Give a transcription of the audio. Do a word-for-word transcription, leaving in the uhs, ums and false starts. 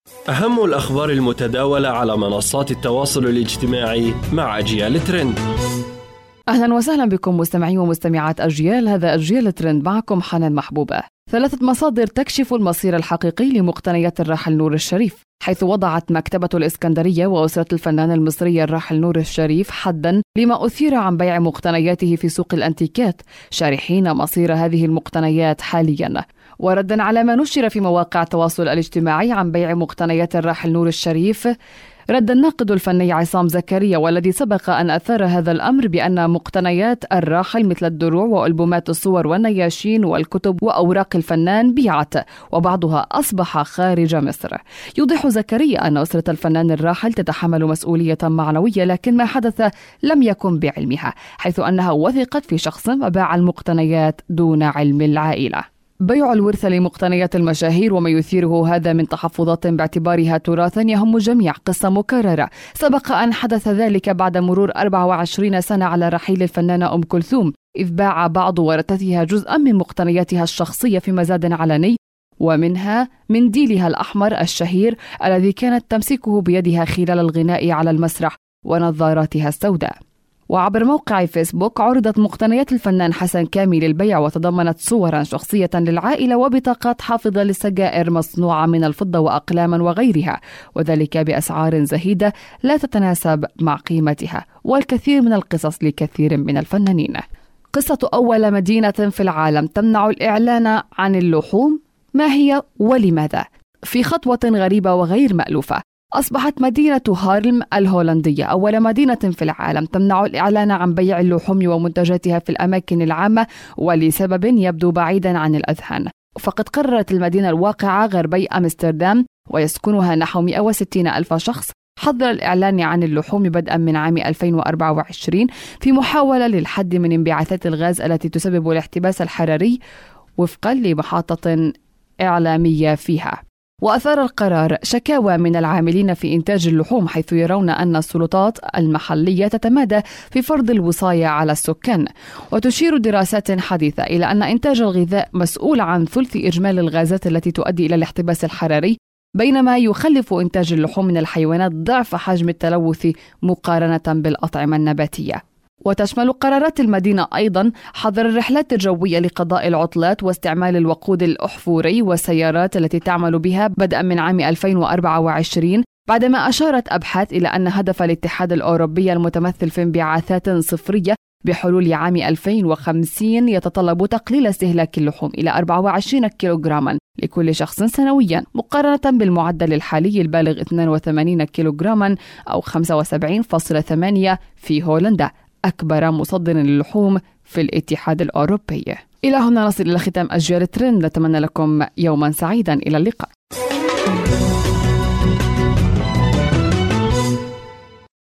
أهم الأخبار المتداولة على منصات التواصل الاجتماعي مع أجيال ترند. أهلا وسهلا بكم مستمعين ومستمعات أجيال، هذا أجيال ترند، معكم حنان محبوبة. ثلاثة مصادر تكشف المصير الحقيقي لمقتنيات الراحل نور الشريف، حيث وضعت مكتبة الإسكندرية وأسرة الفنان المصري الراحل نور الشريف حدا لما أثير عن بيع مقتنياته في سوق الأنتيكات، شارحين مصير هذه المقتنيات حاليا. وردا على ما نشر في مواقع التواصل الاجتماعي عن بيع مقتنيات الراحل نور الشريف، رد الناقد الفني عصام زكريا والذي سبق أن أثار هذا الأمر بأن مقتنيات الراحل مثل الدروع وألبومات الصور والنياشين والكتب وأوراق الفنان بيعت وبعضها أصبح خارج مصر. يوضح زكريا أن أسرة الفنان الراحل تتحمل مسؤولية معنوية، لكن ما حدث لم يكن بعلمها، حيث أنها وثقت في شخص وباع المقتنيات دون علم العائلة. بيع الورث لمقتنيات المشاهير وما يثيره هذا من تحفظات باعتبارها تراثا يهم الجميع قصة مكررة. سبق أن حدث ذلك بعد مرور أربع وعشرين سنة على رحيل الفنانة أم كلثوم، إذ باع بعض ورثتها جزءا من مقتنياتها الشخصية في مزاد علني، ومنها منديلها الأحمر الشهير الذي كانت تمسكه بيدها خلال الغناء على المسرح، ونظاراتها السوداء. وعبر موقع فيسبوك عرضت مقتنيات الفنان حسن كامل للبيع، وتضمنت صورا شخصية للعائلة وبطاقات حافظة للسجائر مصنوعة من الفضة وأقلاما وغيرها، وذلك بأسعار زهيدة لا تتناسب مع قيمتها، والكثير من القصص لكثير من الفنانين. قصة أول مدينة في العالم تمنع الإعلان عن اللحوم، ما هي ولماذا؟ في خطوة غريبة وغير مألوفة، أصبحت مدينة هارلم الهولندية أول مدينة في العالم تمنع الإعلان عن بيع اللحوم ومنتجاتها في الأماكن العامة، ولسبب يبدو بعيدا عن الأذهان. فقد قررت المدينة الواقعة غربي أمستردام ويسكنها نحو مئة وستين ألف شخص حظر الإعلان عن اللحوم بدءا من عام ألفين وأربعة وعشرين في محاولة للحد من انبعاثات الغاز التي تسبب الاحتباس الحراري، وفقا لمحطة إعلامية فيها. وأثار القرار شكاوى من العاملين في إنتاج اللحوم، حيث يرون أن السلطات المحلية تتمادى في فرض الوصاية على السكان. وتشير دراسات حديثة إلى أن إنتاج الغذاء مسؤول عن ثلث إجمالي الغازات التي تؤدي إلى الاحتباس الحراري، بينما يخلف إنتاج اللحوم من الحيوانات ضعف حجم التلوث مقارنة بالأطعمة النباتية. وتشمل قرارات المدينة أيضا حظر الرحلات الجوية لقضاء العطلات واستعمال الوقود الأحفوري والسيارات التي تعمل بها بدءا من عام ألفين وأربعة وعشرين، بعدما أشارت أبحاث إلى أن هدف الاتحاد الأوروبي المتمثل في انبعاثات صفرية بحلول عام ألفين وخمسين يتطلب تقليل استهلاك اللحوم إلى أربعة وعشرين كيلوغراما لكل شخص سنويا، مقارنة بالمعدل الحالي البالغ اثنين وثمانين كيلوغراما أو خمسة وسبعين فاصلة ثمانية في هولندا، أكبر مصدر للحوم في الاتحاد الأوروبي. إلى هنا نصل إلى ختام أجيال ترند، نتمنى لكم يوما سعيدا، إلى اللقاء.